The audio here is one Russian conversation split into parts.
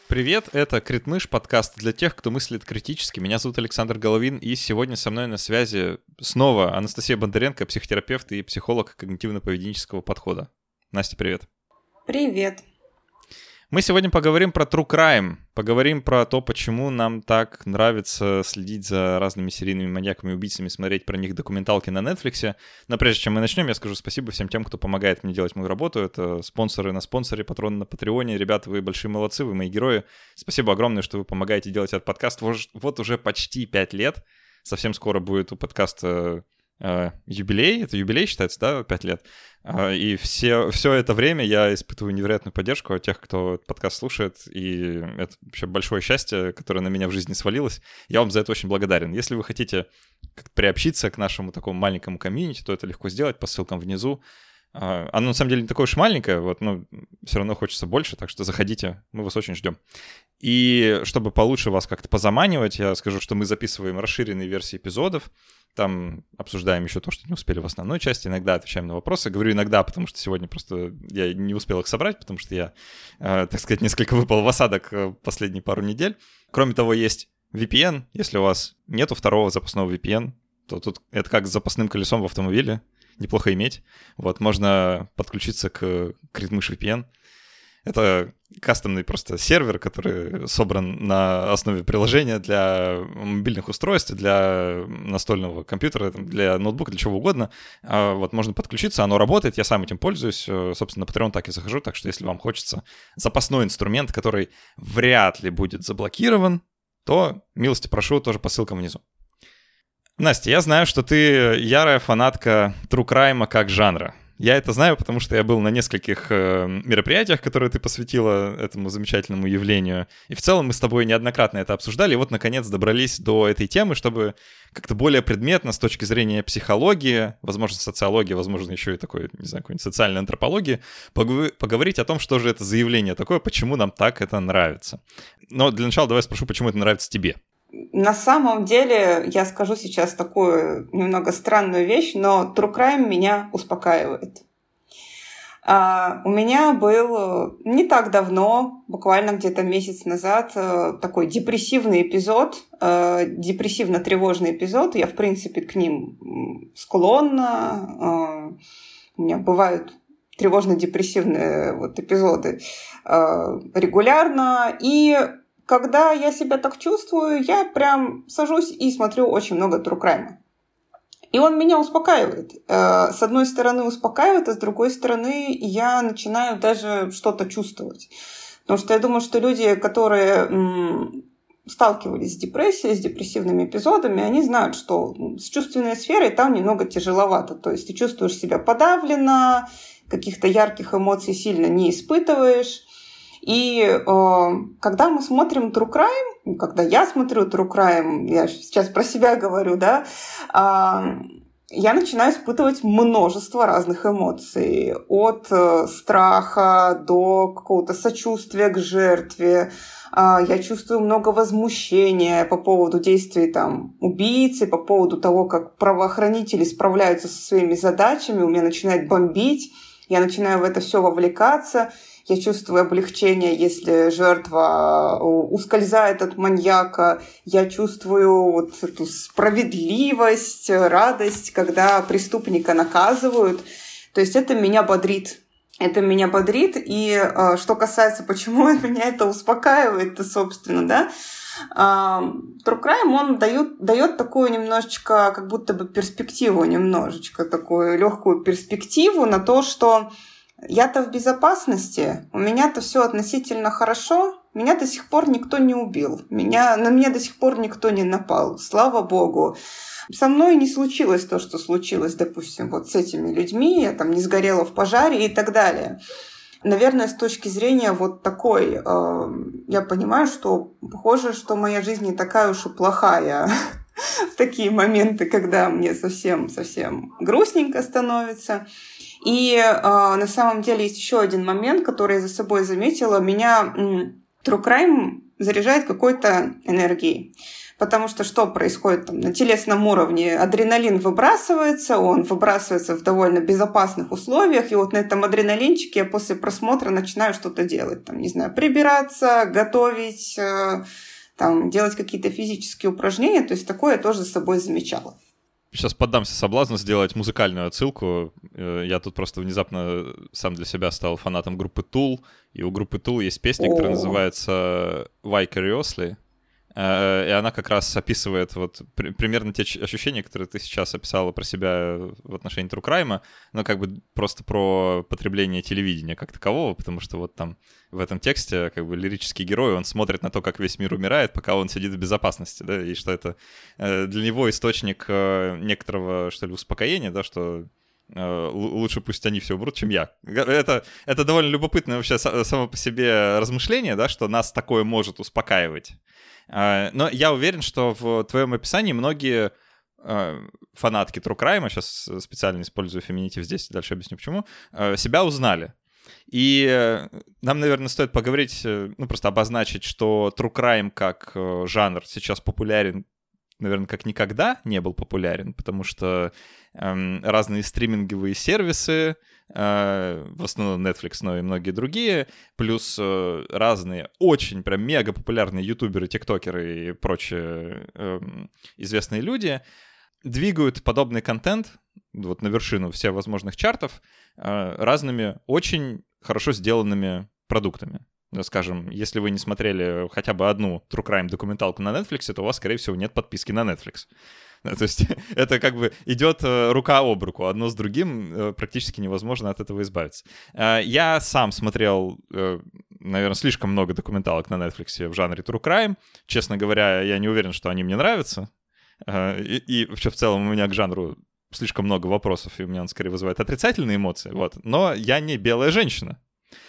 Привет, это Критмыш, подкаст для тех, кто мыслит критически. Меня зовут Александр Головин, и сегодня со мной на связи снова Анастасия Бондаренко, психотерапевт и психолог когнитивно-поведенческого подхода. Настя, привет. Привет. Мы сегодня поговорим про true crime, поговорим про то, почему нам так нравится следить за разными серийными маньяками и убийцами, смотреть про них документалки на Netflix. Но прежде чем мы начнем, я скажу спасибо всем тем, кто помогает мне делать мою работу. Это спонсоры на спонсоре, патроны на Патреоне. Ребята, вы большие молодцы, вы мои герои. Спасибо огромное, что вы помогаете делать этот подкаст. Вот уже почти 5 лет. Совсем скоро будет у подкаста юбилей. Это юбилей считается, да, 5 лет? И все это время я испытываю невероятную поддержку от тех, кто этот подкаст слушает, и это вообще большое счастье, которое на меня в жизни свалилось. Я вам за это очень благодарен. Если вы хотите как-то приобщиться к нашему такому маленькому комьюнити, то это легко сделать по ссылкам внизу. Оно на самом деле не такое уж маленькое, но все равно хочется больше, так что заходите, мы вас очень ждем. И чтобы получше вас как-то позаманивать, я скажу, что мы записываем расширенные версии эпизодов, там обсуждаем еще то, что не успели в основной части, иногда отвечаем на вопросы. Говорю иногда, потому что сегодня просто я не успел их собрать, потому что я, так сказать, несколько выпал в осадок последние пару недель. Кроме того, есть VPN. Если у вас нету второго запасного VPN, то тут это как с запасным колесом в автомобиле. Неплохо иметь. Можно подключиться к Критмыш VPN. Это кастомный просто сервер, который собран на основе приложения для мобильных устройств, для настольного компьютера, для ноутбука, для чего угодно. Можно подключиться, оно работает, я сам этим пользуюсь. Собственно, на Patreon так и захожу, так что если вам хочется запасной инструмент, который вряд ли будет заблокирован, то милости прошу, тоже по ссылкам внизу. Настя, я знаю, что ты ярая фанатка true crime как жанра. Я это знаю, потому что я был на нескольких мероприятиях, которые ты посвятила этому замечательному явлению. И в целом мы с тобой неоднократно это обсуждали, и вот наконец добрались до этой темы, чтобы как-то более предметно с точки зрения психологии, возможно, социологии, возможно, еще и такой, не знаю, какой-нибудь социальной антропологии, поговорить о том, что же это за явление такое, почему нам так это нравится. Но для начала давай спрошу, почему это нравится тебе. На самом деле, я скажу сейчас такую немного странную вещь, но true crime меня успокаивает. У меня был не так давно, буквально где-то месяц назад, такой депрессивный эпизод, депрессивно-тревожный эпизод. Я, в принципе, к ним склонна. У меня бывают тревожно-депрессивные эпизоды регулярно. И когда я себя так чувствую, я прям сажусь и смотрю очень много true crime. И он меня успокаивает. С одной стороны успокаивает, а с другой стороны я начинаю даже что-то чувствовать. Потому что я думаю, что люди, которые сталкивались с депрессией, с депрессивными эпизодами, они знают, что с чувственной сферой там немного тяжеловато. То есть ты чувствуешь себя подавленно, каких-то ярких эмоций сильно не испытываешь. И когда мы смотрим true crime, когда я смотрю true crime, я сейчас про себя говорю, да, я начинаю испытывать множество разных эмоций. От страха до какого-то сочувствия к жертве. Я чувствую много возмущения по поводу действий убийцы, по поводу того, как правоохранители справляются со своими задачами. У меня начинает бомбить, я начинаю в это все вовлекаться. Я чувствую облегчение, если жертва ускользает от маньяка. Я чувствую эту справедливость, радость, когда преступника наказывают. То есть это меня бодрит. Это меня бодрит. И что касается, почему меня это успокаивает, собственно, да, true crime, он дает такую немножечко, как будто бы перспективу, немножечко такую легкую перспективу на то, что я-то в безопасности, у меня-то все относительно хорошо, меня до сих пор никто не убил, на меня до сих пор никто не напал, слава богу. Со мной не случилось то, что случилось, допустим, с этими людьми, я не сгорела в пожаре и так далее. Наверное, с точки зрения такой, я понимаю, что похоже, что моя жизнь не такая уж и плохая в такие моменты, когда мне совсем грустненько становится. И на самом деле есть еще один момент, который я за собой заметила. Меня true crime заряжает какой-то энергией. потому что происходит там на телесном уровне? Адреналин выбрасывается, он выбрасывается в довольно безопасных условиях, и вот на этом адреналинчике я после просмотра начинаю что-то делать, там, не знаю, прибираться, готовить, там, делать какие-то физические упражнения, то есть такое я тоже за собой замечала. Сейчас поддамся соблазну сделать музыкальную отсылку. Я тут просто внезапно сам для себя стал фанатом группы Tool, и у группы Tool есть песня, которая называется Vicariously, и она как раз описывает вот примерно те ощущения, которые ты сейчас описала про себя в отношении True Crime, но как бы просто про потребление телевидения как такового, потому что вот там в этом тексте как бы лирический герой, он смотрит на то, как весь мир умирает, пока он сидит в безопасности, да, и что это для него источник некоторого, что ли, успокоения, да, что лучше пусть они все умрут, чем я. Это довольно любопытное вообще само по себе размышление, да, что нас такое может успокаивать. Но я уверен, что в твоем описании многие фанатки True Crime, сейчас специально использую феминитив здесь, дальше объясню почему, себя узнали. И нам, наверное, стоит поговорить, ну, просто обозначить, что True Crime как жанр сейчас популярен, наверное, как никогда не был популярен, потому что разные стриминговые сервисы, в основном Netflix, но и многие другие, плюс разные очень прям мега популярные ютуберы, тиктокеры и прочие известные люди двигают подобный контент вот на вершину всех возможных чартов разными очень хорошо сделанными продуктами. Скажем, если вы не смотрели хотя бы одну True Crime документалку на Netflix, то у вас, скорее всего, нет подписки на Netflix. То есть это как бы идет рука об руку, одно с другим, практически невозможно от этого избавиться. Я сам смотрел, наверное, слишком много документалок на Netflix в жанре True Crime. Честно говоря, я не уверен, что они мне нравятся. И вообще в целом у меня к жанру слишком много вопросов, и у меня он скорее вызывает отрицательные эмоции. Вот. Но я не белая женщина.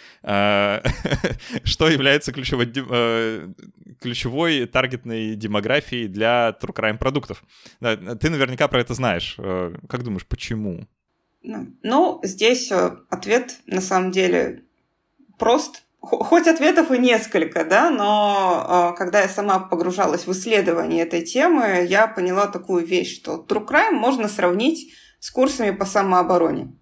Что является ключевой таргетной демографией для True Crime продуктов. Ты наверняка про это знаешь. Как думаешь, почему? Ну, здесь ответ на самом деле прост. Хоть ответов и несколько, да, но когда я сама погружалась в исследование этой темы, я поняла такую вещь, что True Crime можно сравнить с курсами по самообороне.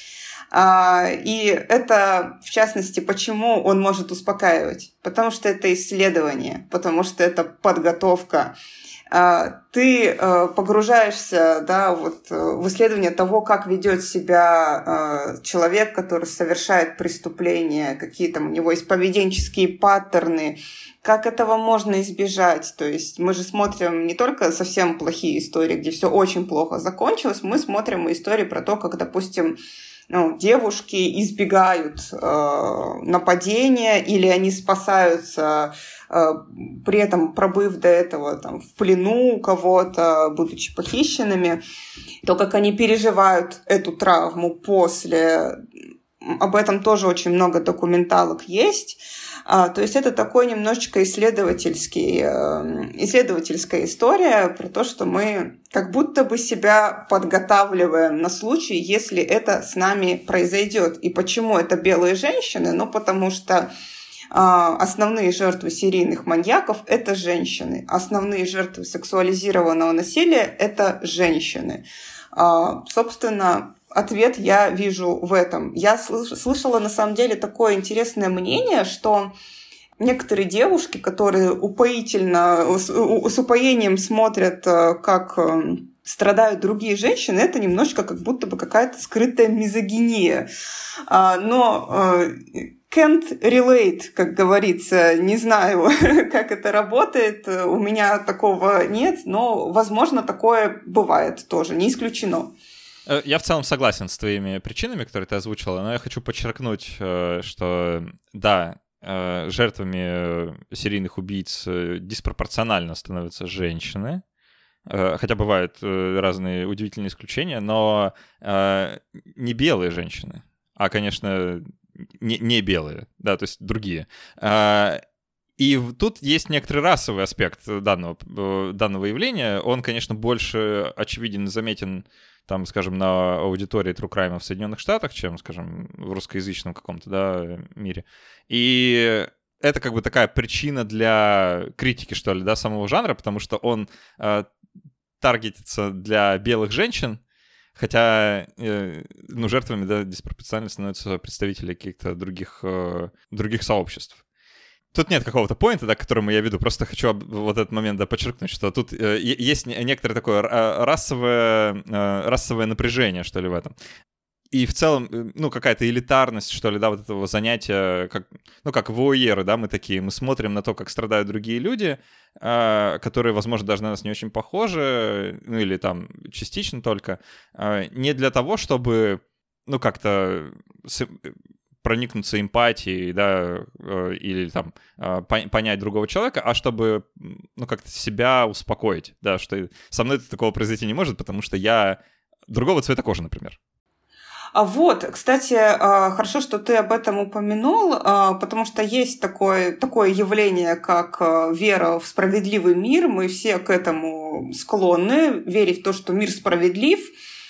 И это, в частности, почему он может успокаивать? Потому что это исследование, потому что это подготовка. Ты погружаешься, да, вот, в исследование того, как ведет себя человек, который совершает преступление, какие там у него есть поведенческие паттерны, как этого можно избежать. То есть мы же смотрим не только совсем плохие истории, где все очень плохо закончилось, мы смотрим истории про то, как, допустим, девушки избегают нападения или они спасаются, при этом пробыв до этого там, в плену у кого-то, будучи похищенными. То, как они переживают эту травму после, об этом тоже очень много документалок есть. То есть это такой немножечко исследовательская история про то, что мы как будто бы себя подготавливаем на случай, если это с нами произойдет. И почему это белые женщины? Ну, потому что основные жертвы серийных маньяков – это женщины. Основные жертвы сексуализированного насилия – это женщины. Собственно, ответ я вижу в этом. Я слышала, на самом деле, такое интересное мнение, что некоторые девушки, которые с упоением смотрят, как страдают другие женщины, это немножечко как будто бы какая-то скрытая мизогиния. Но can't relate, как говорится, не знаю, как это работает, у меня такого нет, но, возможно, такое бывает тоже, не исключено. Я в целом согласен с твоими причинами, которые ты озвучила, но я хочу подчеркнуть, что да, жертвами серийных убийц диспропорционально становятся женщины, хотя бывают разные удивительные исключения, но не белые женщины, а, конечно, не белые, да, то есть другие. И тут есть некоторый расовый аспект данного явления. Он, конечно, больше очевиден и заметен, там, скажем, на аудитории True Crime в Соединенных Штатах, чем, скажем, в русскоязычном каком-то, да, мире. И это как бы такая причина для критики, что ли, да, самого жанра, потому что он таргетится для белых женщин, хотя, ну, жертвами, да, диспропорционально становятся представители каких-то других сообществ. Тут нет какого-то поинта, да, к которому я веду, просто хочу вот этот момент, да, подчеркнуть, что тут есть некоторое такое расовое напряжение, что ли, в этом. И в целом, ну, какая-то элитарность, что ли, да, вот этого занятия, как вуайеры, да, мы смотрим на то, как страдают другие люди, которые, возможно, даже на нас не очень похожи, ну, или там частично только, не для того, чтобы, ну, как-то проникнуться эмпатией, да, или там понять другого человека, а чтобы, ну, как-то себя успокоить, да, что со мной такого произойти не может, потому что я другого цвета кожи, например. А вот, кстати, хорошо, что ты об этом упомянул, потому что есть такое явление, как вера в справедливый мир. Мы все к этому склонны, верить в то, что мир справедлив.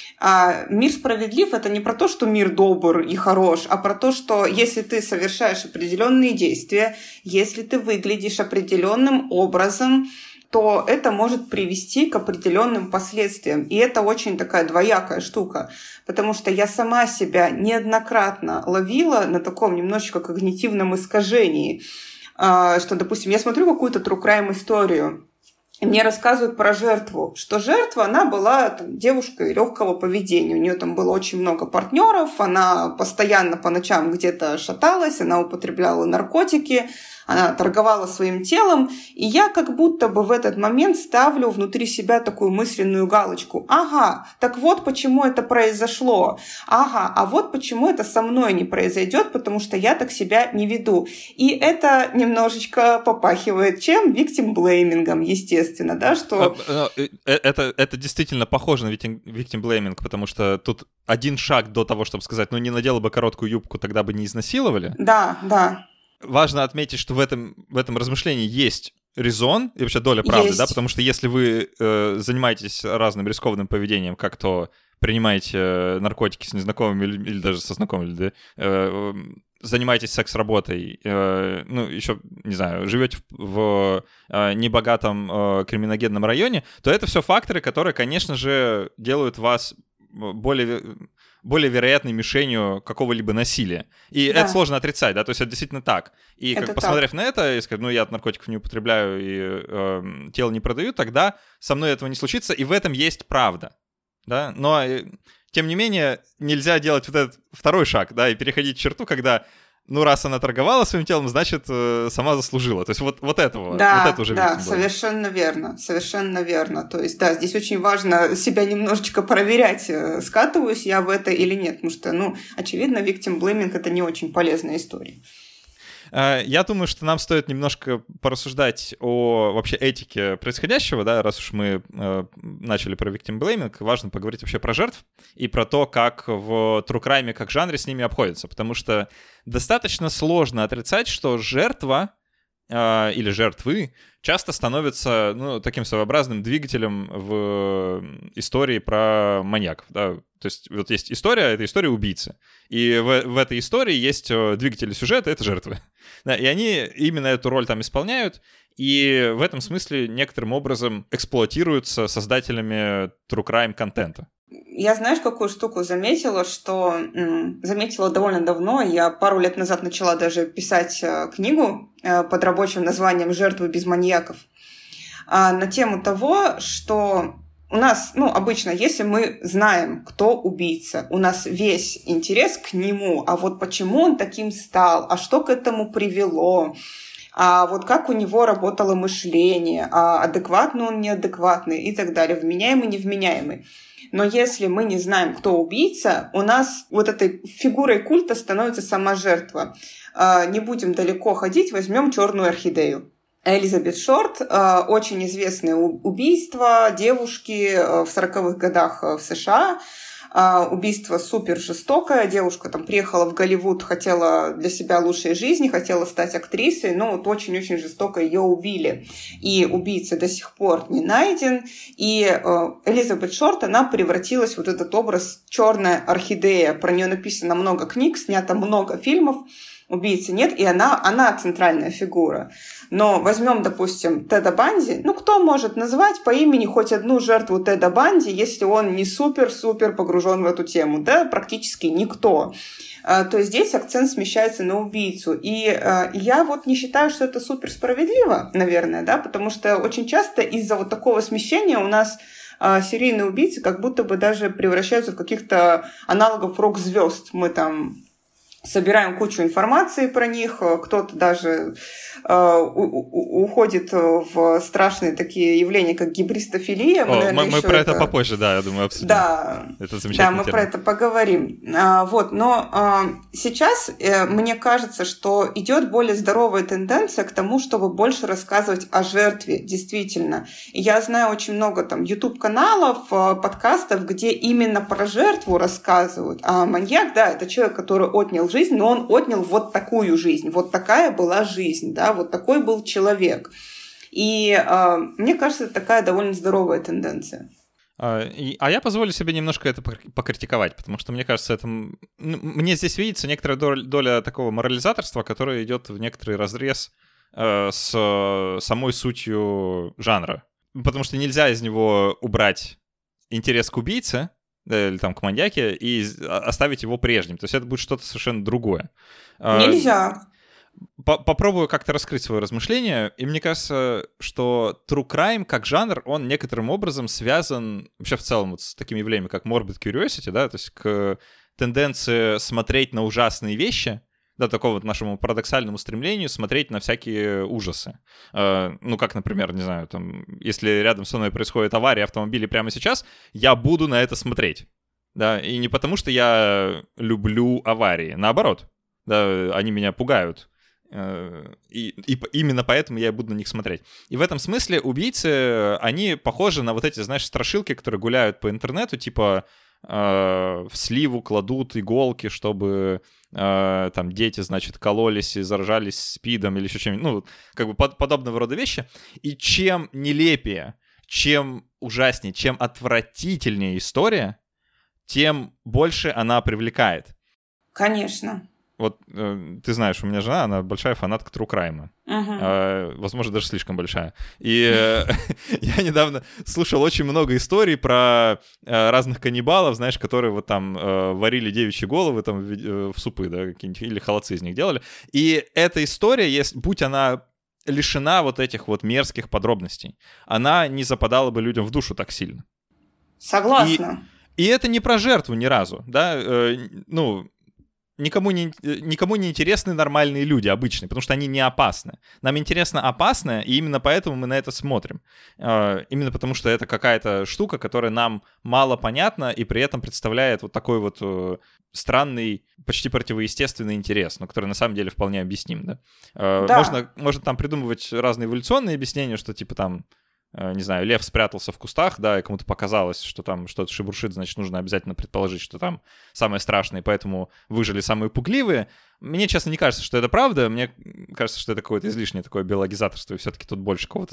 А мир справедлив — это не про то, что мир добр и хорош, а про то, что если ты совершаешь определенные действия, если ты выглядишь определенным образом, то это может привести к определенным последствиям. И это очень такая двоякая штука, потому что я сама себя неоднократно ловила на таком немножечко когнитивном искажении, что, допустим, я смотрю какую-то true crime историю, и мне рассказывают про жертву, что жертва, она была там девушкой легкого поведения. У нее там было очень много партнеров, она постоянно по ночам где-то шаталась, она употребляла наркотики, она торговала своим телом. И я как будто бы в этот момент ставлю внутри себя такую мысленную галочку. Ага, так вот почему это произошло. Ага, а вот почему это со мной не произойдет, потому что я так себя не веду. И это немножечко попахивает чем? Victim-блеймингом, естественно, да, что... Это действительно похоже на victim-блейминг, потому что тут один шаг до того, чтобы сказать, ну не надела бы короткую юбку, тогда бы не изнасиловали. Да, да. Важно отметить, что в этом размышлении есть резон и вообще доля правды, есть. Да, потому что если вы занимаетесь разным рискованным поведением, как то принимаете наркотики с незнакомыми людьми или даже со знакомыми, да, занимаетесь секс-работой, ну, еще, не знаю, живете в небогатом криминогенном районе, то это все факторы, которые, конечно же, делают вас более вероятной мишенью какого-либо насилия. И Да. это сложно отрицать, да, то есть это действительно так. И Это как, посмотрев на это и сказать, ну, я наркотиков не употребляю и тело не продаю, тогда со мной этого не случится, и в этом есть правда, да, но... Тем не менее, нельзя делать вот этот второй шаг, да, и переходить черту, когда, ну, раз она торговала своим телом, значит, сама заслужила. То есть вот этого, да, вот это уже да, совершенно верно. То есть, да, здесь очень важно себя немножечко проверять, скатываюсь я в это или нет, потому что, ну, очевидно, victim-blaming — это не очень полезная история. Я думаю, что нам стоит немножко порассуждать о вообще этике происходящего, да, раз уж мы начали про victim-blaming, важно поговорить вообще про жертв и про то, как в true crime, как жанре с ними обходится, потому что достаточно сложно отрицать, что жертва или жертвы часто становятся, ну, таким своеобразным двигателем в истории про маньяков, да. То есть вот есть история, это история убийцы. И в этой истории есть двигатели сюжета, это жертвы. Да, и они именно эту роль там исполняют, и в этом смысле некоторым образом эксплуатируются создателями true crime контента. Я, знаешь, какую штуку заметила, что заметила довольно давно. Я пару лет назад начала даже писать книгу под рабочим названием «Жертвы без маньяков» на тему того, что у нас, ну, обычно, если мы знаем, кто убийца, у нас весь интерес к нему, а вот почему он таким стал, а что к этому привело, а вот как у него работало мышление, а адекватный он, неадекватный и так далее, вменяемый, невменяемый. Но если мы не знаем, кто убийца, у нас вот этой фигурой культа становится сама жертва. Не будем далеко ходить, возьмем «Черную орхидею». Элизабет Шорт, очень известное убийство девушки в 40-х годах в США. Убийство супер жестокое. Девушка там приехала в Голливуд, хотела для себя лучшей жизни, хотела стать актрисой, но вот очень-очень жестоко ее убили. И убийца до сих пор не найден. И Элизабет Шорт, она превратилась в вот этот образ «Черная орхидея». Про нее написано много книг, снято много фильмов. убийцы нет, и она центральная фигура. Но возьмем, допустим, Теда Банди. Ну, кто может назвать по имени хоть одну жертву Теда Банди, если он не супер-супер погружен в эту тему? Да, практически никто. То есть здесь акцент смещается на убийцу. И я вот не считаю, что это супер справедливо, наверное, да, потому что очень часто из-за вот такого смещения у нас серийные убийцы как будто бы даже превращаются в каких-то аналогов рок-звезд. Мы там собираем кучу информации про них, кто-то даже уходит в страшные такие явления, как гибристофилия. Мы про это попозже, да, я думаю, обсудим. Да, это замечательно. Да, мы про это поговорим. Вот, но сейчас мне кажется, что идет более здоровая тенденция к тому, чтобы больше рассказывать о жертве, действительно. И я знаю очень много там YouTube-каналов, подкастов, где именно про жертву рассказывают. А маньяк, да, это человек, который отнял жизнь, но он отнял вот такую жизнь, вот такая была жизнь, да, вот такой был человек. И мне кажется, это такая довольно здоровая тенденция. Я позволю себе немножко это покритиковать, потому что мне кажется, мне здесь видится некоторая доля такого морализаторства, которое идет в некоторый разрез с самой сутью жанра. Потому что нельзя из него убрать интерес к убийце, или там к маньяке, и оставить его прежним. То есть это будет что-то совершенно другое. Нельзя. Попробую как-то раскрыть свое размышление, и мне кажется, что true crime как жанр, он некоторым образом связан вообще в целом вот с такими явлениями, как morbid curiosity, да, то есть к тенденции смотреть на ужасные вещи, да, такому вот нашему парадоксальному стремлению смотреть на всякие ужасы. Ну, как, например, не знаю, там, если рядом со мной происходит авария автомобиля прямо сейчас, я буду на это смотреть, да, и не потому, что я люблю аварии, наоборот, да, они меня пугают. И именно поэтому я буду на них смотреть. И в этом смысле убийцы, они похожи на вот эти, знаешь, страшилки, которые гуляют по интернету, типа в сливу кладут иголки, чтобы там дети, значит, кололись и заражались СПИДом или еще чем-нибудь. Ну, как бы подобного рода вещи. И чем нелепее, чем ужаснее, чем отвратительнее история, тем больше она привлекает. Конечно. Вот ты знаешь, у меня жена, она большая фанатка true crime. Возможно, даже слишком большая. И я недавно слушал очень много историй про разных каннибалов, знаешь, которые вот там варили девичьи головы там в супы, да, какие-нибудь, или холодцы из них делали. И эта история, будь она лишена вот этих вот мерзких подробностей, она не западала бы людям в душу так сильно. Согласна. И это не про жертву ни разу, да, ну... Никому не интересны нормальные люди, обычные, потому что они не опасны. Нам интересно опасное, и именно поэтому мы на это смотрим. Именно потому что это какая-то штука, которая нам мало понятна, и при этом представляет вот такой вот странный, почти противоестественный интерес, но который на самом деле вполне объясним. Да? Да. Можно там придумывать разные эволюционные объяснения, что типа там, не знаю, лев спрятался в кустах, да, и кому-то показалось, что там что-то шебуршит, значит, нужно обязательно предположить, что там самое страшное, и поэтому выжили самые пугливые. Мне, честно, не кажется, что это правда. Мне кажется, что это какое-то излишнее такое биологизаторство, и все-таки тут больше какого-то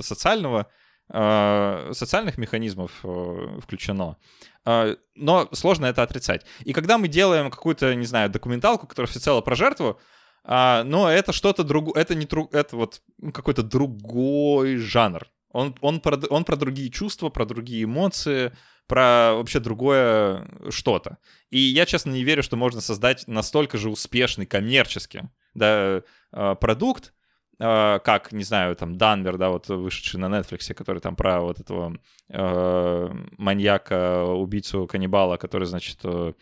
социальных механизмов включено. Но сложно это отрицать. И когда мы делаем какую-то, не знаю, документалку, которая всецело про жертву, но это что-то другое, это вот какой-то другой жанр. Он про другие чувства, про другие эмоции, про вообще другое что-то. И я, честно, не верю, что можно создать настолько же успешный коммерчески, да, продукт, как, не знаю, там, Данвер, да, вот вышедший на Netflix, который там про вот этого маньяка, убийцу, каннибала, который, значит,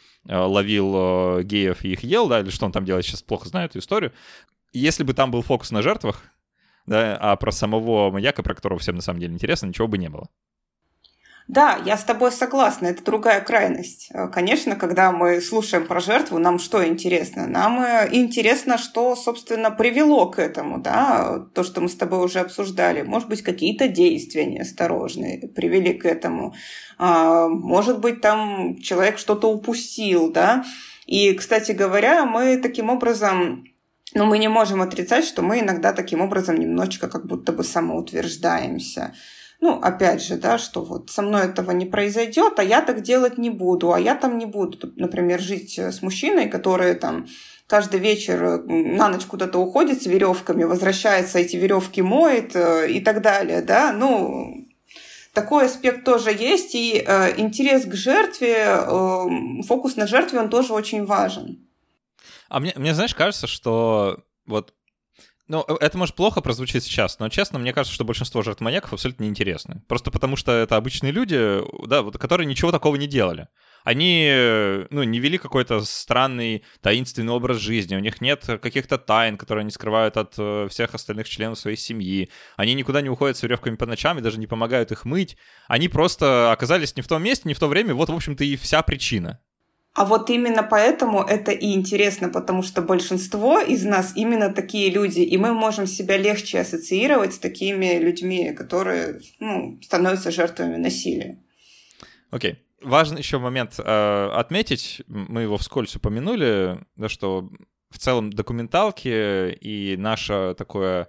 ловил геев и их ел, да, или что он там делает, сейчас плохо знаю эту историю. Если бы там был фокус на жертвах, да, а про самого маньяка, про которого всем на самом деле интересно, ничего бы не было. Да, я с тобой согласна, это другая крайность. Конечно, когда мы слушаем про жертву, нам что интересно? Нам интересно, что, собственно, привело к этому, да, то, что мы с тобой уже обсуждали. Может быть, какие-то действия неосторожные привели к этому. Может быть, там человек что-то упустил, да. И, кстати говоря, мы таким образом... Но мы не можем отрицать, что мы иногда таким образом немножечко как будто бы самоутверждаемся. Ну, опять же, да, что вот со мной этого не произойдет, а я так делать не буду, а я там не буду, например, жить с мужчиной, который там каждый вечер на ночь куда-то уходит с веревками, возвращается, эти веревки моет и так далее, да, ну, такой аспект тоже есть, и интерес к жертве, фокус на жертве, он тоже очень важен. А мне, знаешь, кажется, что вот, ну, это может плохо прозвучит сейчас, но, честно, мне кажется, что большинство жертв маньяков абсолютно неинтересны. Просто потому что это обычные люди, да, вот, которые ничего такого не делали. Они, ну, не вели какой-то странный, таинственный образ жизни, у них нет каких-то тайн, которые они скрывают от всех остальных членов своей семьи, они никуда не уходят с веревками по ночам и даже не помогают их мыть, они просто оказались не в том месте, не в то время, вот, в общем-то, и вся причина. А вот именно поэтому это и интересно, потому что большинство из нас именно такие люди, и мы можем себя легче ассоциировать с такими людьми, которые, ну, становятся жертвами насилия. Окей. Важный еще момент отметить, мы его вскользь упомянули, да, что в целом документалки и наше такое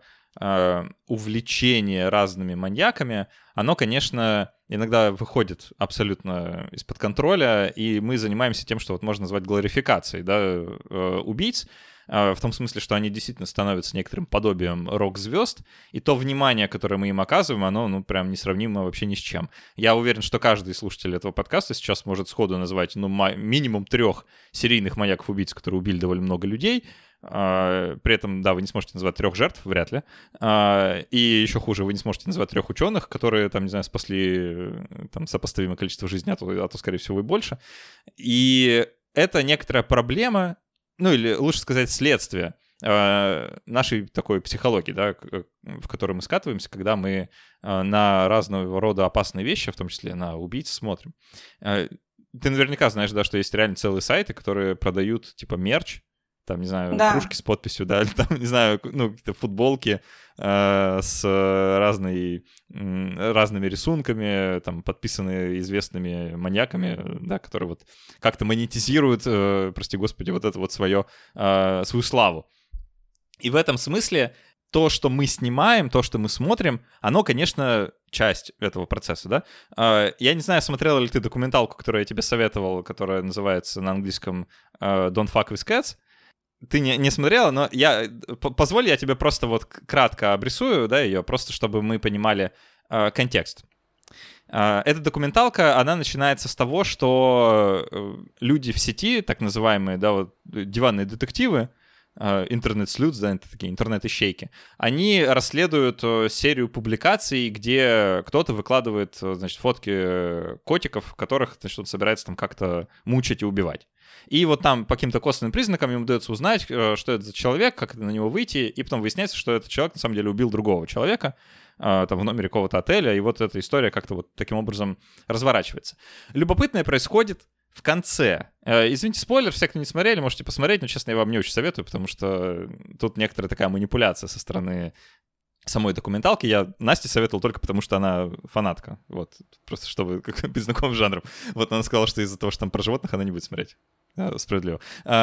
увлечение разными маньяками, оно, конечно, иногда выходит абсолютно из-под контроля, и мы занимаемся тем, что вот можно назвать глорификацией, да, убийц, в том смысле, что они действительно становятся некоторым подобием рок-звезд, и то внимание, которое мы им оказываем, оно, ну, прям несравнимо вообще ни с чем. Я уверен, что каждый слушатель этого подкаста сейчас может сходу назвать, ну, минимум 3 серийных маньяков-убийц, которые убили довольно много людей. При этом, да, вы не сможете назвать 3 жертв, вряд ли. И еще хуже, вы не сможете назвать 3 ученых, которые, там, не знаю, спасли там сопоставимое количество жизней, а то, скорее всего, и больше. И это некоторая проблема, ну, или лучше сказать, следствие нашей такой психологии, да, в которой мы скатываемся, когда мы на разного рода опасные вещи, в том числе на убийц, смотрим. Ты наверняка знаешь, да, что есть реально целые сайты, которые продают, типа, мерч, там, не знаю, да, кружки с подписью, да, или там, не знаю, ну, какие-то футболки с разными рисунками, там, подписанные известными маньяками, да, которые вот как-то монетизируют, прости господи, вот это вот свою славу. И в этом смысле то, что мы снимаем, то, что мы смотрим, оно, конечно, часть этого процесса, да. Я не знаю, смотрела ли ты документалку, которую я тебе советовал, которая называется на английском «Don't fuck with cats». Ты не смотрела, но позволь, я тебе просто вот кратко обрисую, да, ее, просто чтобы мы понимали контекст. Эта документалка, она начинается с того, что люди в сети, так называемые, да, вот диванные детективы, интернет-слюдз, да, это такие интернет-ищейки, они расследуют серию публикаций, где кто-то выкладывает, значит, фотки котиков, которых, значит, он собирается там как-то мучить и убивать. И вот там по каким-то косвенным признакам ему удается узнать, что это за человек, как на него выйти, и потом выясняется, что этот человек на самом деле убил другого человека, там в номере какого-то отеля, и вот эта история как-то вот таким образом разворачивается. Любопытное происходит в конце. Извините, спойлер, все, кто не смотрели, можете посмотреть, но, честно, я вам не очень советую, потому что тут некоторая такая манипуляция со стороны самой документалки. Я Насте советовал только потому, что она фанатка. Вот, просто чтобы быть знакомым с жанром. Вот она сказала, что из-за того, что там про животных, она не будет смотреть. Справедливо.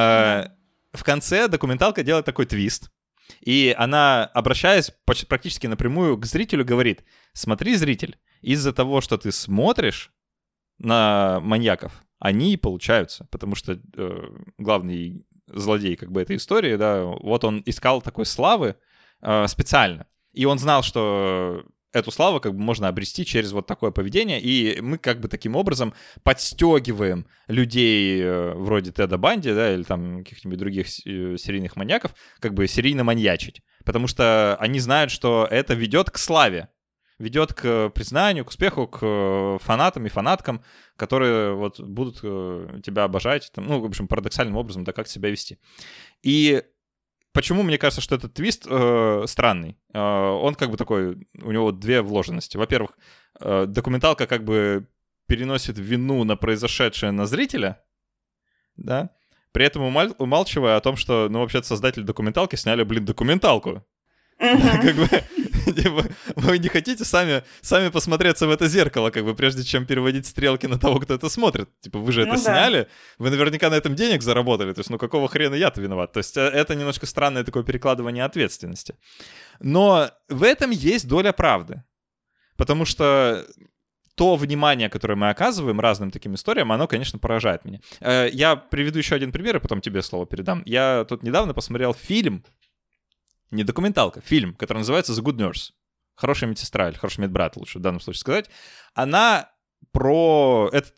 В конце документалка делает такой твист, и она, обращаясь практически напрямую к зрителю, говорит: смотри, зритель, из-за того, что ты смотришь на маньяков, они получаются, потому что главный злодей как бы этой истории, да, вот он искал такой славы специально, и он знал, что эту славу как бы можно обрести через вот такое поведение, и мы как бы таким образом подстегиваем людей вроде Теда Банди, да, или там каких-нибудь других серийных маньяков, как бы серийно маньячить, потому что они знают, что это ведет к славе, ведет к признанию, к успеху, к фанатам и фанаткам, которые вот будут тебя обожать, там, ну, в общем, парадоксальным образом, да, как себя вести. И почему мне кажется, что этот твист странный? Он как бы такой, у него 2 вложенности. Во-первых, документалка как бы переносит вину на произошедшее на зрителя, да, при этом умалчивая о том, что, ну, вообще-то создатели документалки сняли, документалку. Как бы, вы не хотите сами посмотреться в это зеркало, как бы, прежде чем переводить стрелки на того, кто это смотрит. Типа, вы же это сняли, вы наверняка на этом денег заработали, то есть, ну, какого хрена я-то виноват? То есть, это немножко странное такое перекладывание ответственности. Но в этом есть доля правды, потому что то внимание, которое мы оказываем разным таким историям, оно, конечно, поражает меня. Я приведу еще один пример, и потом тебе слово передам. Я тут недавно посмотрел фильм, не документалка, фильм, который называется «The Good Nurse». Хорошая медсестра, или хороший медбрат, лучше в данном случае сказать. Она это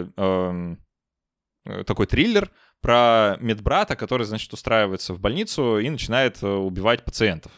такой триллер про медбрата, который, значит, устраивается в больницу и начинает убивать пациентов.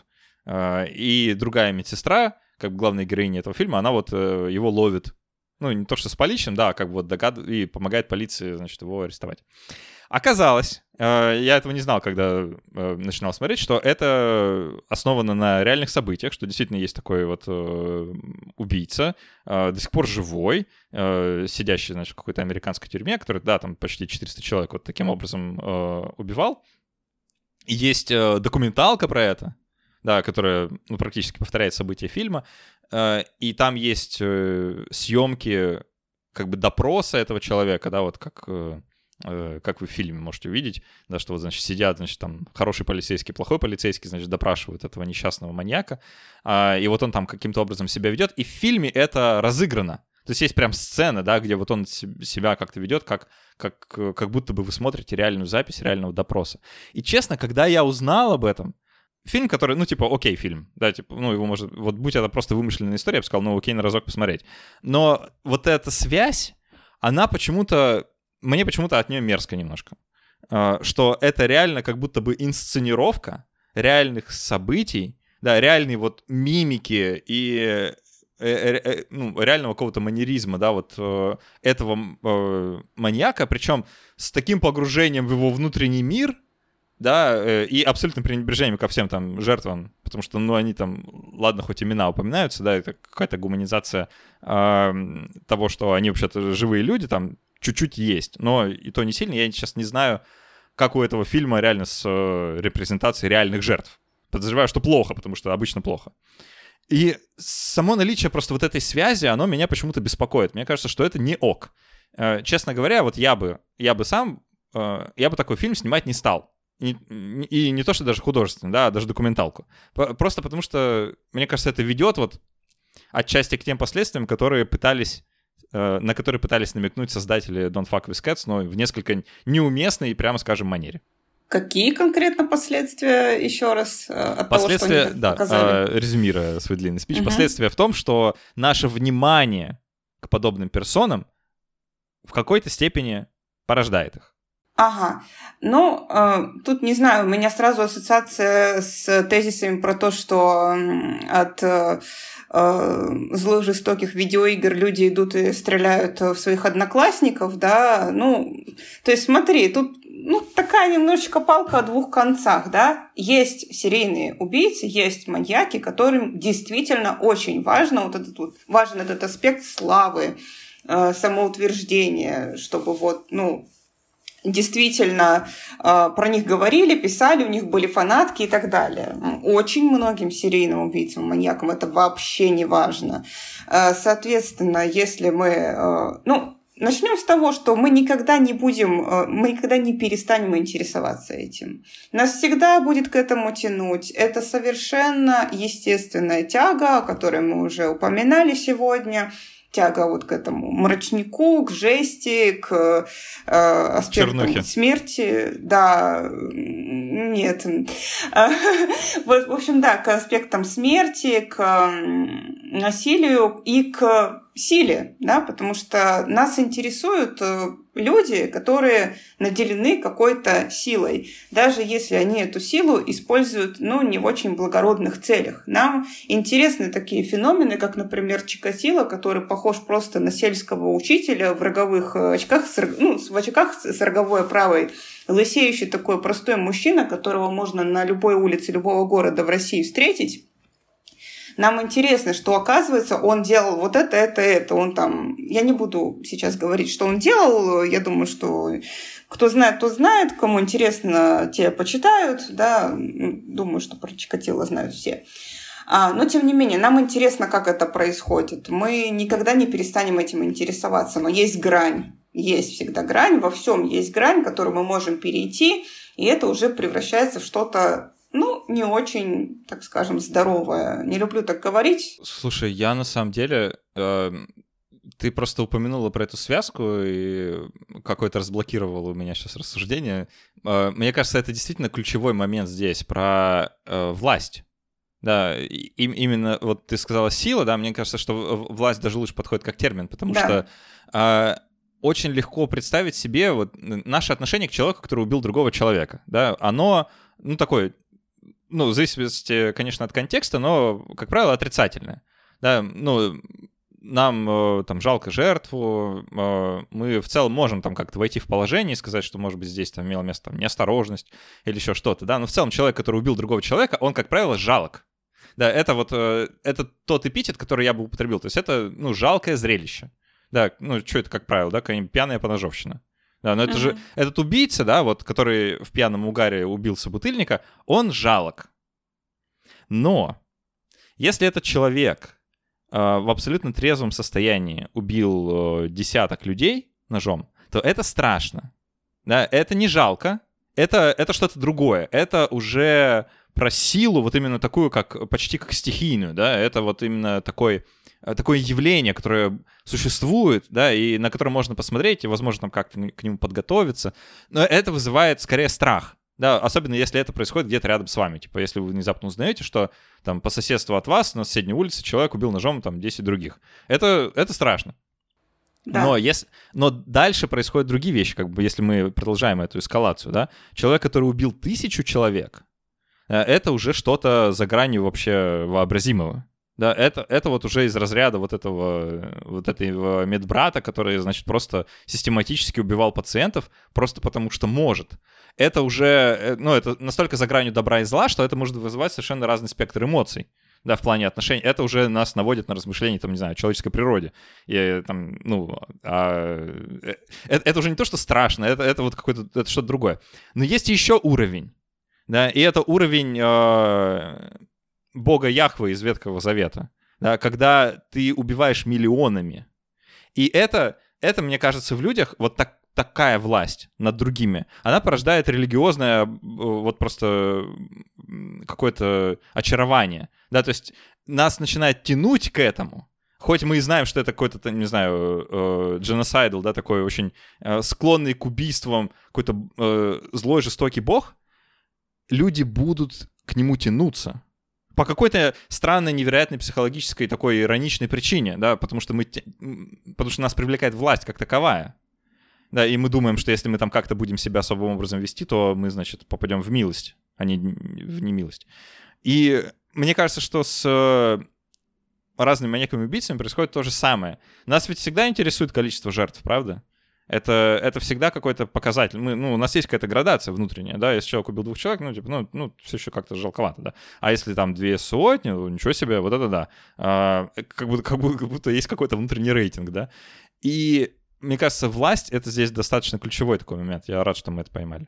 И другая медсестра, как бы главная героиня этого фильма, она вот его ловит. Ну, не то что с поличным, да, как бы вот и помогает полиции, значит, его арестовать. Оказалось, я этого не знал, когда начинал смотреть, что это основано на реальных событиях, что действительно есть такой вот убийца, до сих пор живой, сидящий, значит, в какой-то американской тюрьме, который, да, там почти 400 человек вот таким образом убивал. И есть документалка про это, да, которая, ну, практически повторяет события фильма, и там есть съемки, как бы, допроса этого человека, да, вот как вы в фильме можете увидеть, да, что вот, значит, сидят, значит, там, хороший полицейский, плохой полицейский, значит, допрашивают этого несчастного маньяка, и вот он там каким-то образом себя ведет, и в фильме это разыграно. То есть есть прям сцена, да, где вот он себя как-то ведет, как будто бы вы смотрите реальную запись реального допроса. И честно, когда я узнал об этом, фильм, который, ну, типа, окей, фильм, да, типа, ну, его может, вот будь это просто вымышленная история, я бы сказал, ну, окей, на разок посмотреть. Но вот эта связь, она мне почему-то от нее мерзко немножко. Что это реально как будто бы инсценировка реальных событий, да, реальной вот мимики и реального какого-то манеризма, да, вот этого маньяка, причем с таким погружением в его внутренний мир, да, и абсолютным пренебрежением ко всем там жертвам, потому что, ну, они там, ладно, хоть имена упоминаются, да, это какая-то гуманизация того, что они вообще-то живые люди, там чуть-чуть есть, но и то не сильно. Я сейчас не знаю, как у этого фильма реально с репрезентацией реальных жертв. Подозреваю, что плохо, потому что обычно плохо. И само наличие просто вот этой связи, оно меня почему-то беспокоит. Мне кажется, что это не ок. Честно говоря, вот я бы такой фильм снимать не стал. И не то, что даже художественный, да, а даже документалку. Просто потому что, мне кажется, это ведет вот отчасти к тем последствиям, на которые пытались намекнуть создатели Don't Fuck With Cats, но в несколько неуместной, прямо скажем, манере. Какие конкретно последствия, еще раз, от того, что они показали? Резюмируя свой длинный спич, последствия в том, что наше внимание к подобным персонам в какой-то степени порождает их. Ага. Ну, тут, не знаю, у меня сразу ассоциация с тезисами про то, что от злых, жестоких видеоигр люди идут и стреляют в своих одноклассников, да, ну, то есть смотри, тут, ну, такая немножечко палка о двух концах, да, есть серийные убийцы, есть маньяки, которым действительно очень важен этот аспект славы, самоутверждения, чтобы вот, ну, действительно про них говорили, писали, у них были фанатки и так далее. Очень многим серийным убийцам, маньякам это вообще не важно. Соответственно, если мы... начнем с того, что мы никогда не перестанем интересоваться этим. Нас всегда будет к этому тянуть. Это совершенно естественная тяга, о которой мы уже упоминали сегодня. Тяга вот к этому мрачнику, к жести, к аспектам чернухе. Смерти. Да, нет. В общем, да, к аспектам смерти, к насилию и к силе, да, потому что нас интересуют люди, которые наделены какой-то силой, даже если они эту силу используют, ну, не в очень благородных целях. Нам интересны такие феномены, как, например, Чикатило, который похож просто на сельского учителя в роговых очках, в очках с роговой оправой, лысеющий такой простой мужчина, которого можно на любой улице любого города в России встретить. Нам интересно, что, оказывается, он делал вот это. Он там... Я не буду сейчас говорить, что он делал. Я думаю, что кто знает, тот знает. Кому интересно, те почитают. Да? Думаю, что про Чикатило знают все. Но, тем не менее, нам интересно, как это происходит. Мы никогда не перестанем этим интересоваться. Но есть грань. Есть всегда грань. Во всем есть грань, которую мы можем перейти. И это уже превращается в что-то, ну, не очень, так скажем, здоровое. Не люблю так говорить. Слушай, я на самом деле Ты просто упомянула про эту связку, и какое-то разблокировало у меня сейчас рассуждение. Мне кажется, это действительно ключевой момент здесь, про власть. Да, именно вот ты сказала сила, да, мне кажется, что власть даже лучше подходит как термин, потому что очень легко представить себе вот наше отношение к человеку, который убил другого человека, да, оно, ну, такое, ну, в зависимости, конечно, от контекста, но, как правило, отрицательное, да, ну, нам там жалко жертву, мы в целом можем там как-то войти в положение и сказать, что, может быть, здесь там имела место там, неосторожность или еще что-то, да, но в целом человек, который убил другого человека, он, как правило, жалок. Да, это вот, это тот эпитет, который я бы употребил, то есть это, ну, жалкое зрелище. Да, ну, что это, как правило, да, какая-нибудь пьяная поножовщина. Да, но это же, этот убийца, да, вот, который в пьяном угаре убил собутыльника, он жалок. Но если этот человек в абсолютно трезвом состоянии убил десяток людей ножом, то это страшно. Да, это не жалко, это что-то другое. Это уже про силу, вот именно такую, как почти как стихийную, да, это вот именно такое явление, которое существует, да, и на которое можно посмотреть, и, возможно, там как-то к нему подготовиться. Но это вызывает скорее страх. Да, особенно если это происходит где-то рядом с вами. Типа, если вы внезапно узнаете, что там по соседству от вас на соседней улице человек убил ножом там 10 других. Это страшно. Да. Но дальше происходят другие вещи, как бы, если мы продолжаем эту эскалацию, да. Человек, который убил 1000 человек, это уже что-то за гранью вообще вообразимого. Да, это вот уже из разряда вот этого медбрата, который, значит, просто систематически убивал пациентов просто потому, что может. Это уже, ну, это настолько за гранью добра и зла, что это может вызывать совершенно разный спектр эмоций, да, в плане отношений. Это уже нас наводит на размышления, там, не знаю, о человеческой природе. И, там, ну, это уже не то, что страшно, это вот какое-то, это что-то другое. Но есть еще уровень, да, и это уровень бога Яхве из Ветхого Завета, да, когда ты убиваешь миллионами. И это, мне кажется, в людях вот такая власть над другими, она порождает религиозное вот просто какое-то очарование. Да, то есть нас начинает тянуть к этому. Хоть мы и знаем, что это какой-то, не знаю, genocidal, да, такой очень склонный к убийствам, какой-то злой, жестокий бог, люди будут к нему тянуться. По какой-то странной, невероятной психологической такой ироничной причине, да, потому что нас привлекает власть как таковая. Да, и мы думаем, что если мы там как-то будем себя особым образом вести, то мы, значит, попадем в милость, а не в немилость. И мне кажется, что с разными маньяками и убийцами происходит то же самое. Нас ведь всегда интересует количество жертв, правда? Это всегда какой-то показатель. У нас есть какая-то градация внутренняя, да, если человек убил 2 человек, все еще как-то жалковато, да. А если там 200, ничего себе, вот это да. Как будто есть какой-то внутренний рейтинг, да. И мне кажется, власть — это здесь достаточно ключевой такой момент. Я рад, что мы это поймали.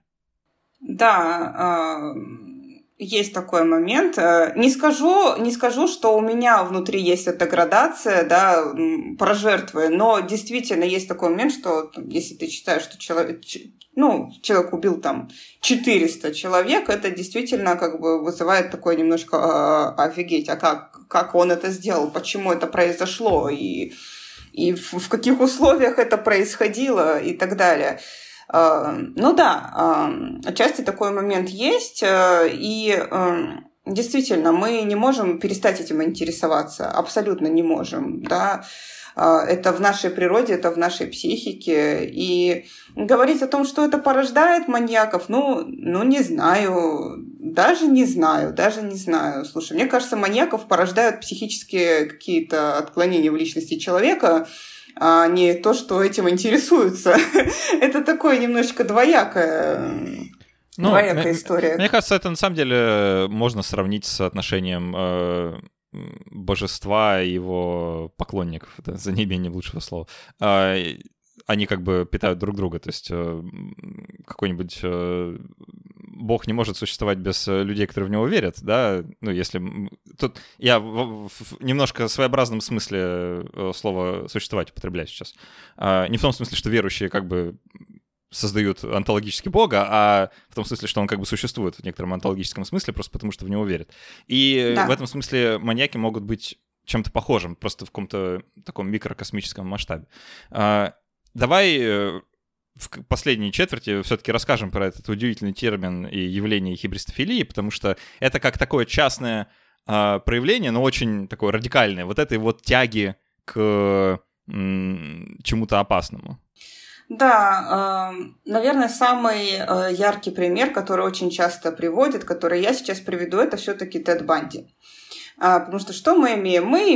Да, есть такой момент. Не скажу, что у меня внутри есть эта градация, да, про жертвы, но действительно есть такой момент, что если ты считаешь, что человек убил там 400 человек, это действительно как бы вызывает такое немножко офигеть, а как он это сделал, почему это произошло, и в каких условиях это происходило и так далее. Ну да, отчасти такой момент есть, и действительно мы не можем перестать этим интересоваться, абсолютно не можем, да. Это в нашей природе, это в нашей психике, и говорить о том, что это порождает маньяков, не знаю, даже не знаю. Слушай, мне кажется, маньяков порождают психические какие-то отклонения в личности человека, а не то, что этим интересуются. Это такое немножечко двоякая история. Мне кажется, это на самом деле можно сравнить с отношением божества и его поклонников, да, за неимением лучшего слова. Они как бы питают друг друга, то есть какой-нибудь бог не может существовать без людей, которые в него верят, да, если... Тут я в немножко своеобразном смысле слова «существовать» употребляю сейчас. Не в том смысле, что верующие как бы создают онтологически Бога, а в том смысле, что он как бы существует в некотором онтологическом смысле, просто потому что в него верят. И в этом смысле маньяки могут быть чем-то похожим, просто в каком-то таком микрокосмическом масштабе. Давай в последней четверти все-таки расскажем про этот удивительный термин и явление хибристофилии, потому что это как такое частное проявление, но очень такое радикальное, вот этой вот тяги к чему-то опасному. Да, наверное, самый яркий пример, который очень часто приводят, который я сейчас приведу, это все-таки Тед Банди. Потому что что мы имеем? Мы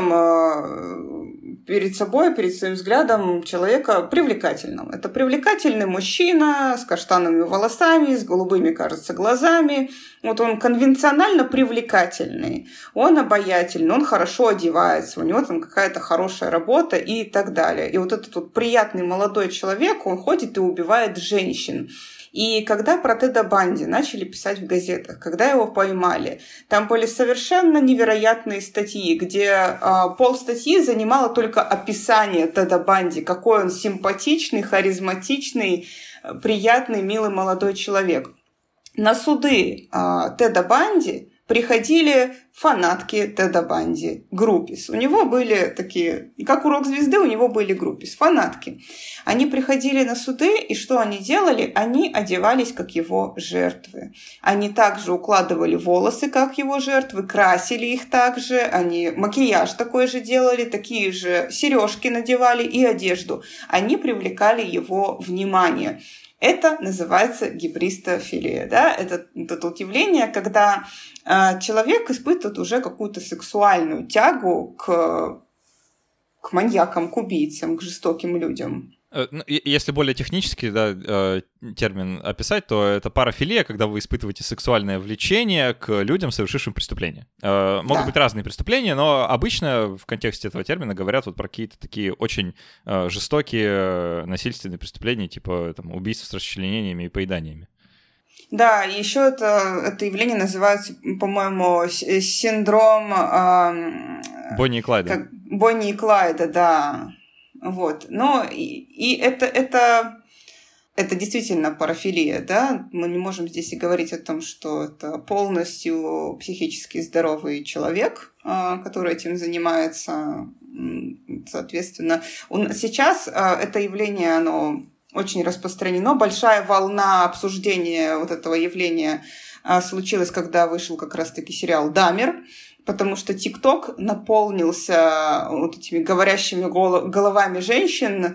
имеем перед собой, перед своим взглядом человека привлекательного. Это привлекательный мужчина с каштановыми волосами, с голубыми, кажется, глазами. Вот он конвенционально привлекательный, он обаятельный, он хорошо одевается, у него там какая-то хорошая работа и так далее. И вот этот вот приятный молодой человек, он ходит и убивает женщин. И когда про Теда Банди начали писать в газетах, когда его поймали, там были совершенно невероятные статьи, где полстатьи занимало только описание Теда Банди, какой он симпатичный, харизматичный, приятный, милый молодой человек. На суды Теда Банди приходили фанатки Теда Банди, группис. У него были такие, как у рок-звезды, у него были группис, фанатки. Они приходили на суды, и что они делали? Они одевались, как его жертвы. Они также укладывали волосы, как его жертвы, красили их также, они макияж такой же делали, такие же сережки надевали и одежду. Они привлекали его внимание. Это называется гибристофилия. Да? Это вот явление, когда человек испытывает уже какую-то сексуальную тягу к маньякам, к убийцам, к жестоким людям. Если более технически термин описать, то это парафилия, когда вы испытываете сексуальное влечение к людям, совершившим преступления. Могут быть разные преступления, но обычно в контексте этого термина говорят вот про какие-то такие очень жестокие насильственные преступления, типа там, убийств с расчленениями и поеданиями. Да, и еще это явление называется, по-моему, синдром... Бонни и Клайда. Бонни и Клайда, да. Вот. Но и это действительно парафилия, да? Мы не можем здесь и говорить о том, что это полностью психически здоровый человек, который этим занимается. Соответственно, сейчас это явление, оно очень распространено. Большая волна обсуждения вот этого явления случилась, когда вышел как раз-таки сериал «Дамер», потому что ТикТок наполнился вот этими говорящими головами женщин,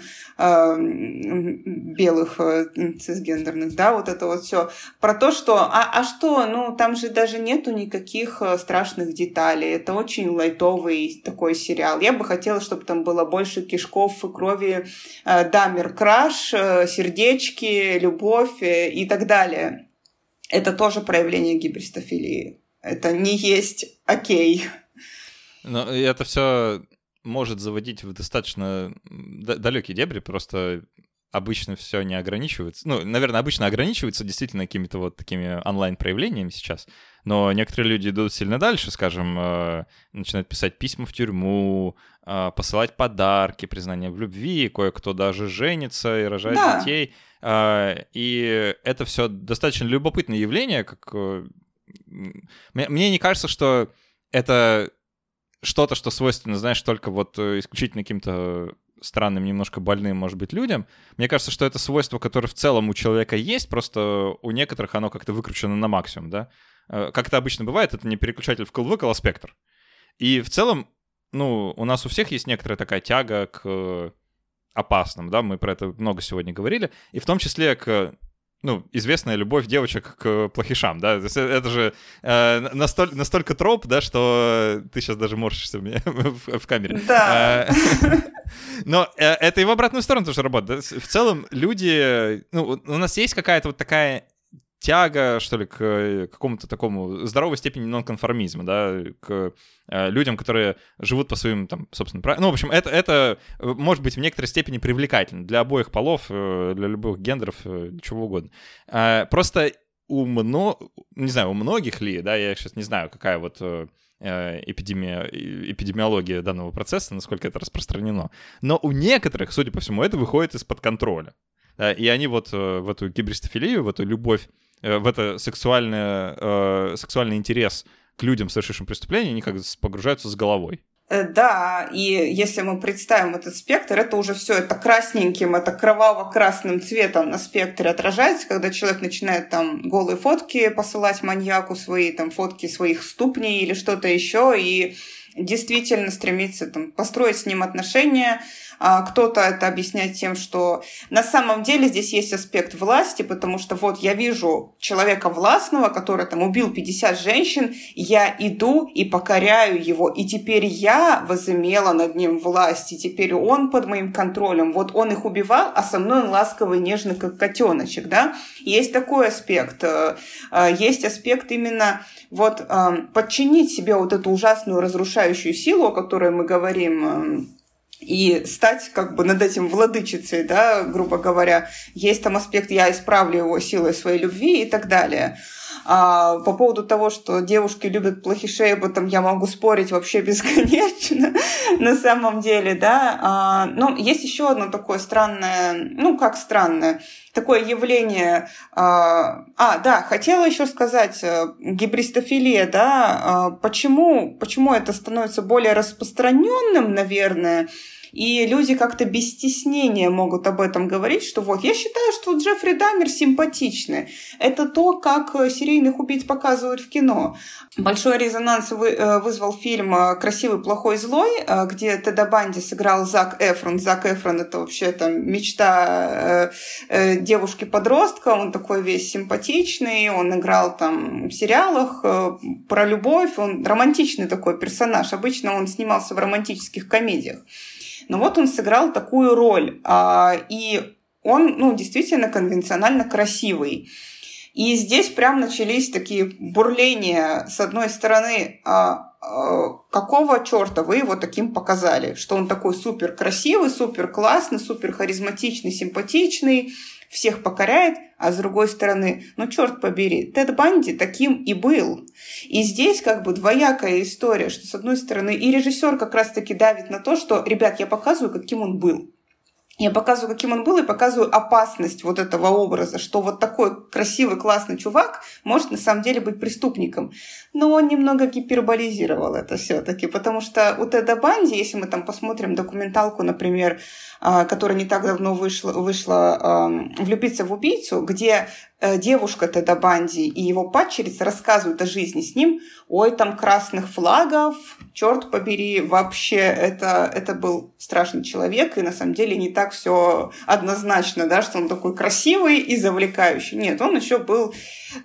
белых, цисгендерных, да, вот это вот все. Про то, что, что, ну, там же даже нету никаких страшных деталей, это очень лайтовый такой сериал. Я бы хотела, чтобы там было больше кишков и крови, дамер, краш, сердечки, любовь и так далее. Это тоже проявление гибристофилии. Это не есть окей. Но это все может заводить в достаточно далекие дебри, просто обычно все не ограничивается. Ну, наверное, обычно ограничивается действительно какими-то вот такими онлайн-проявлениями сейчас, но некоторые люди идут сильно дальше, скажем, начинают писать письма в тюрьму, посылать подарки, признание в любви, кое-кто даже женится и рожает детей. И это все достаточно любопытное явление, как... Мне не кажется, что это что-то, что свойственно, знаешь, только вот исключительно каким-то странным, немножко больным, может быть, людям. Мне кажется, что это свойство, которое в целом у человека есть, просто у некоторых оно как-то выкручено на максимум, да? Как это обычно бывает, это не переключатель вкл-выкл, а спектр. И в целом, ну, у нас у всех есть некоторая такая тяга к опасным, да, мы про это много сегодня говорили, и в том числе к... Ну, известная любовь девочек к плохишам, да, это же настолько троп, да, что ты сейчас даже морщишься у меня в камере. Да. Но это и в обратную сторону тоже работает. Да? В целом люди, ну, у нас есть какая-то вот такая тяга, что ли, к какому-то такому здоровой степени нонконформизма, да, к людям, которые живут по своим, там, собственно, правилам. Ну, в общем, это может быть в некоторой степени привлекательно для обоих полов, для любых гендеров, чего угодно. Просто у многих ли, да, я сейчас не знаю, какая вот эпидемиология данного процесса, насколько это распространено, но у некоторых, судя по всему, это выходит из-под контроля. Да, и они вот в эту гибристофилию, в эту любовь, в это сексуальный интерес к людям, совершившим преступление, они как бы погружаются с головой. Да, и если мы представим этот спектр, это уже все, это красненьким, это кроваво-красным цветом на спектре отражается, когда человек начинает там голые фотки посылать маньяку, свои там фотки своих ступней или что-то еще, и действительно стремится там построить с ним отношения. Кто-то это объясняет тем, что на самом деле здесь есть аспект власти, потому что вот я вижу человека властного, который там убил 50 женщин, я иду и покоряю его, и теперь я возымела над ним власть, и теперь он под моим контролем. Вот он их убивал, а со мной он ласковый, нежный, как котеночек, да? Есть такой аспект. Есть аспект именно вот подчинить себе вот эту ужасную разрушающую силу, о которой мы говорим, и стать как бы над этим владычицей, да, грубо говоря. Есть там аспект «я исправлю его силой своей любви» и так далее. По поводу того, что девушки любят плохишей, об этом я могу спорить вообще бесконечно на самом деле, да. Но есть еще одно такое странное, ну как странное, такое явление. Да, хотела еще сказать, гибристофилия, да, почему это становится более распространенным, наверное, и люди как-то без стеснения могут об этом говорить, что вот, я считаю, что Джеффри Даммер симпатичный. Это то, как серийных убийц показывают в кино. Большой резонанс вызвал фильм «Красивый, плохой, злой», где Теда Банди сыграл Зак Эфрон. Зак Эфрон — это вообще там мечта девушки-подростка. Он такой весь симпатичный, он играл там в сериалах про любовь. Он романтичный такой персонаж. Обычно он снимался в романтических комедиях. Но вот он сыграл такую роль, и он, действительно конвенционально красивый. И здесь прям начались такие бурления. С одной стороны, какого черта вы его таким показали? Что он такой супер красивый, супер классный, супер харизматичный, симпатичный, всех покоряет, а с другой стороны, черт побери, Тед Банди таким и был. И здесь как бы двоякая история, что с одной стороны и режиссер как раз-таки давит на то, что, ребят, я показываю, каким он был. Я показываю, каким он был, и показываю опасность вот этого образа, что вот такой красивый, классный чувак может на самом деле быть преступником. Но он немного гиперболизировал это все-таки, потому что у Теда Банди, если мы там посмотрим документалку, например, которая не так давно вышла «Влюбиться в убийцу», где девушка Теда Банди и его падчерица рассказывают о жизни с ним. Ой, там красных флагов, черт побери, вообще это был страшный человек, и на самом деле не так все однозначно, да, что он такой красивый и завлекающий. Нет, он еще был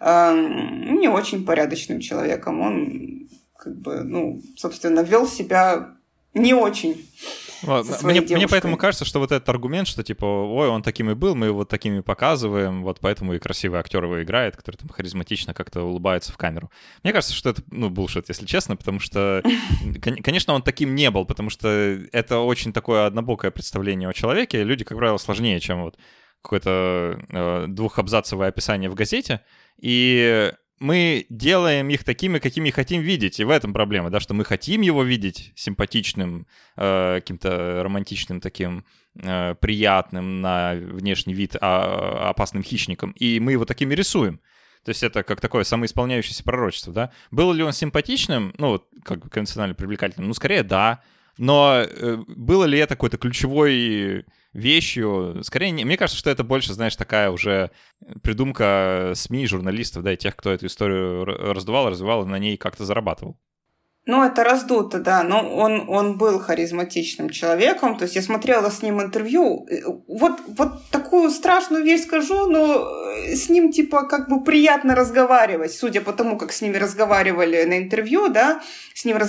не очень порядочным человеком. Он, собственно, вел себя не очень. Мне поэтому кажется, что вот этот аргумент, что типа, ой, он таким и был, мы его такими показываем, вот поэтому и красивый актер его играет, который там харизматично как-то улыбается в камеру. Мне кажется, что это, булшит, если честно, потому что, конечно, он таким не был, потому что это очень такое однобокое представление о человеке. Люди, как правило, сложнее, чем вот какое-то двухабзацевое описание в газете, и мы делаем их такими, какими хотим видеть, и в этом проблема, да, что мы хотим его видеть симпатичным, каким-то романтичным таким, приятным на внешний вид, опасным хищником, и мы его такими рисуем. То есть это как такое самоисполняющееся пророчество, да. Был ли он симпатичным, как бы конвенционально привлекательным? Скорее, да. Но было ли это какой-то ключевой вещью? Скорее, мне кажется, что это больше, знаешь, такая уже придумка СМИ, журналистов, да, и тех, кто эту историю раздувал, развивал и на ней как-то зарабатывал. Это раздуто, да, но он был харизматичным человеком, то есть я смотрела с ним интервью, вот такую страшную вещь скажу, но с ним типа как бы приятно разговаривать, судя по тому, как с ними разговаривали на интервью, да, с ним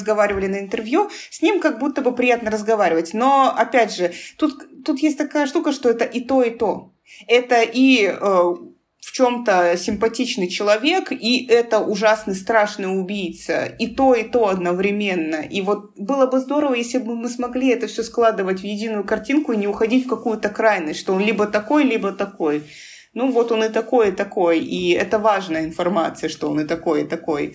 как будто бы приятно разговаривать, но опять же, тут есть такая штука, что это и то, и то. Это и в чем-то симпатичный человек, и это ужасный, страшный убийца. И то одновременно. И вот было бы здорово, если бы мы смогли это все складывать в единую картинку и не уходить в какую-то крайность, что он либо такой, либо такой. Вот он и такой, и это важная информация, что он и такой.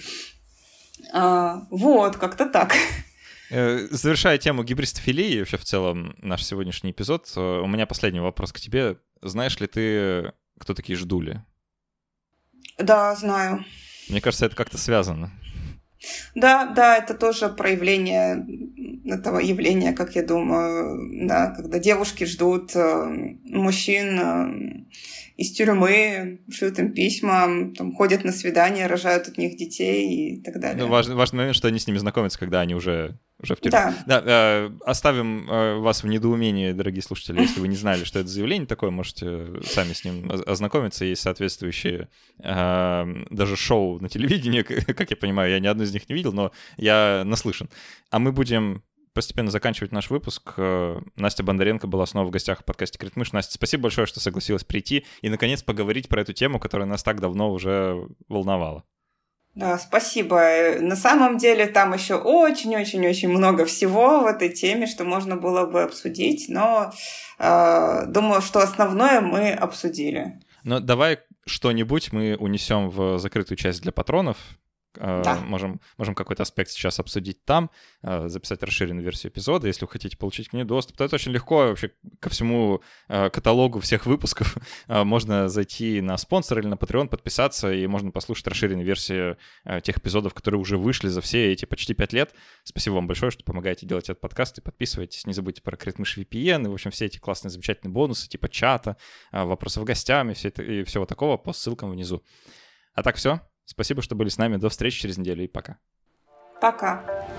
Вот, как-то так. Завершая тему гибристофилии, вообще в целом наш сегодняшний эпизод, у меня последний вопрос к тебе. Знаешь ли ты, кто такие ждули? Да, знаю. Мне кажется, это как-то связано. Да, да, это тоже проявление этого явления, как я думаю, да, когда девушки ждут мужчин из тюрьмы, шлют им письма, там, ходят на свидания, рожают от них детей и так далее. Ну, важный момент, что они с ними знакомятся, когда они уже в тюрьме. Да. Да, оставим вас в недоумении, дорогие слушатели, если вы не знали, что это заявление такое, можете сами с ним ознакомиться. Есть соответствующие даже шоу на телевидении, как я понимаю, я ни одно из них не видел, но я наслышан. А мы будем постепенно заканчивать наш выпуск. Настя Бондаренко была снова в гостях в подкасте «Критмыш». Настя, спасибо большое, что согласилась прийти и, наконец, поговорить про эту тему, которая нас так давно уже волновала. Да, спасибо. На самом деле там еще очень-очень-очень много всего в этой теме, что можно было бы обсудить, но думаю, что основное мы обсудили. Ну, давай что-нибудь мы унесем в закрытую часть для патронов. Да. Можем какой-то аспект сейчас обсудить там, записать расширенную версию эпизода. Если вы хотите получить к ней доступ, то это очень легко. Вообще ко всему каталогу всех выпусков можно зайти на спонсор или на Patreon, подписаться, и можно послушать расширенную версию тех эпизодов, которые уже вышли за все эти почти 5 лет. Спасибо вам большое, что помогаете делать этот подкаст, и подписывайтесь. Не забудьте про Критмыш VPN, и, в общем, все эти классные, замечательные бонусы, типа чата, вопросов гостям и всего такого по ссылкам внизу. А так все. Спасибо, что были с нами. До встречи через неделю и пока. Пока.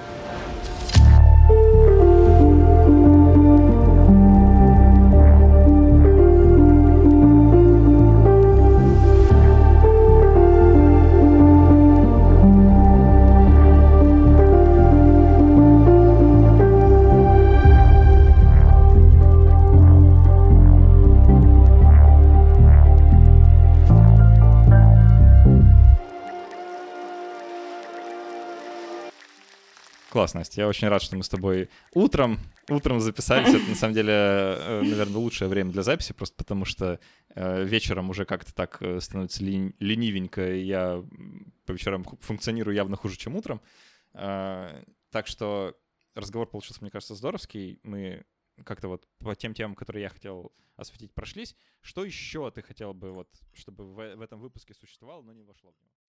Класс, Настя. Я очень рад, что мы с тобой утром записались. Это, на самом деле, наверное, лучшее время для записи, просто потому что вечером уже как-то так становится ленивенько, и я по вечерам функционирую явно хуже, чем утром. Так что разговор получился, мне кажется, здоровский. Мы как-то вот по тем темам, которые я хотел осветить, прошлись. Что еще ты хотел бы, вот, чтобы в этом выпуске существовало, но не вошло в него?